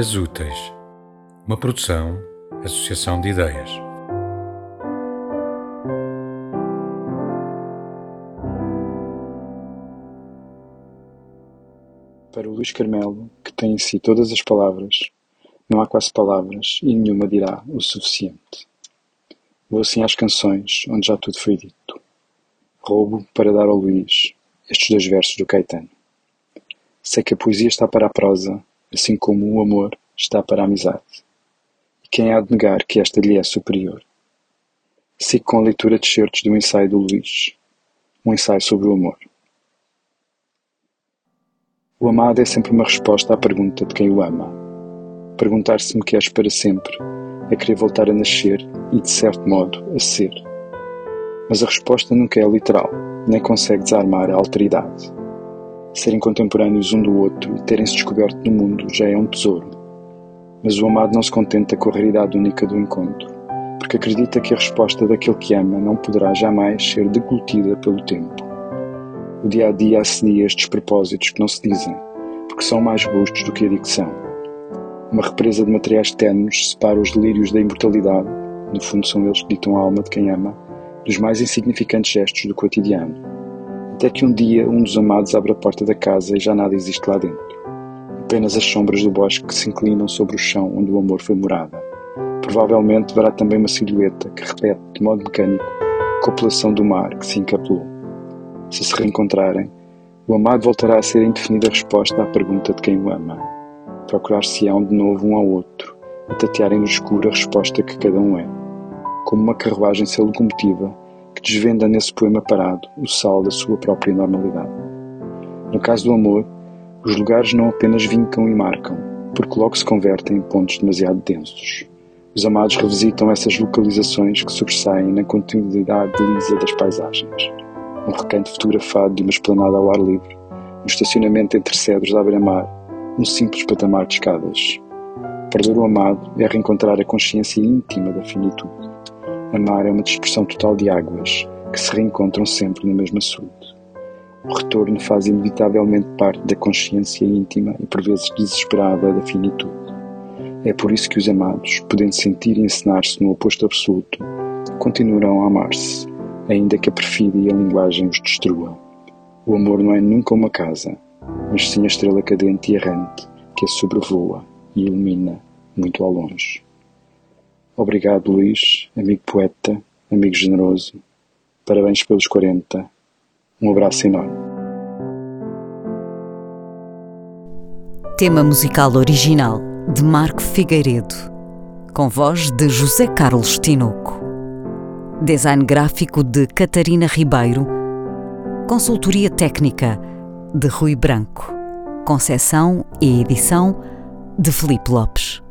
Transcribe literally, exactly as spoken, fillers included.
Dias Úteis, uma produção, associação de ideias. Para o Luís Carmelo, que tem em si todas as palavras, não há quase palavras e nenhuma dirá o suficiente. Vou assim às canções, onde já tudo foi dito. Roubo para dar ao Luís estes dois versos do Caetano. Sei que a poesia está para a prosa, assim como o amor está para a amizade. E quem há de negar que esta lhe é superior? Sigo com a leitura de certos de um ensaio do Luís, um ensaio sobre o amor. O amado é sempre uma resposta à pergunta de quem o ama. Perguntar se me queres para sempre é querer voltar a nascer e, de certo modo, a ser. Mas a resposta nunca é literal, nem consegue desarmar a alteridade. Serem contemporâneos um do outro e terem-se descoberto no mundo já é um tesouro. Mas o amado não se contenta com a raridade única do encontro, porque acredita que a resposta daquele que ama não poderá jamais ser deglutida pelo tempo. O dia-a-dia assedia estes propósitos que não se dizem, porque são mais robustos do que a dicção. Uma represa de materiais ténues separa os delírios da imortalidade, no fundo são eles que ditam a alma de quem ama, dos mais insignificantes gestos do cotidiano. Até que um dia um dos amados abre a porta da casa e já nada existe lá dentro. Apenas as sombras do bosque que se inclinam sobre o chão onde o amor foi morada. Provavelmente verá também uma silhueta que repete de modo mecânico a copulação do mar que se encapelou. Se se reencontrarem, o amado voltará a ser a indefinida resposta à pergunta de quem o ama. Procurar-se-ão de novo um ao outro e tatearem no escuro a resposta que cada um é. Como uma carruagem sem locomotiva que desvenda nesse poema parado o sal da sua própria normalidade. No caso do amor, os lugares não apenas vincam e marcam, porque logo se convertem em pontos demasiado densos. Os amados revisitam essas localizações que sobressaem na continuidade lisa das paisagens. Um recanto fotografado de uma esplanada ao ar livre, um estacionamento entre cedros à beira-mar, um simples patamar de escadas. Perder o amado é reencontrar a consciência íntima da finitude. Amar é uma dispersão total de águas que se reencontram sempre no mesmo açude. O retorno faz inevitavelmente parte da consciência íntima e por vezes desesperada da finitude. É por isso que os amados, podendo sentir e encenar-se no oposto absoluto, continuarão a amar-se, ainda que a perfídia e a linguagem os destrua. O amor não é nunca uma casa, mas sim a estrela cadente e errante que a sobrevoa e ilumina muito ao longe. Obrigado, Luís, amigo poeta, amigo generoso. Parabéns pelos quarenta. Um abraço enorme. Tema musical original de Marco Figueiredo, com voz de José Carlos Tinoco. Design gráfico de Catarina Ribeiro. Consultoria técnica de Rui Branco. Conceção e edição de Filipe Lopes.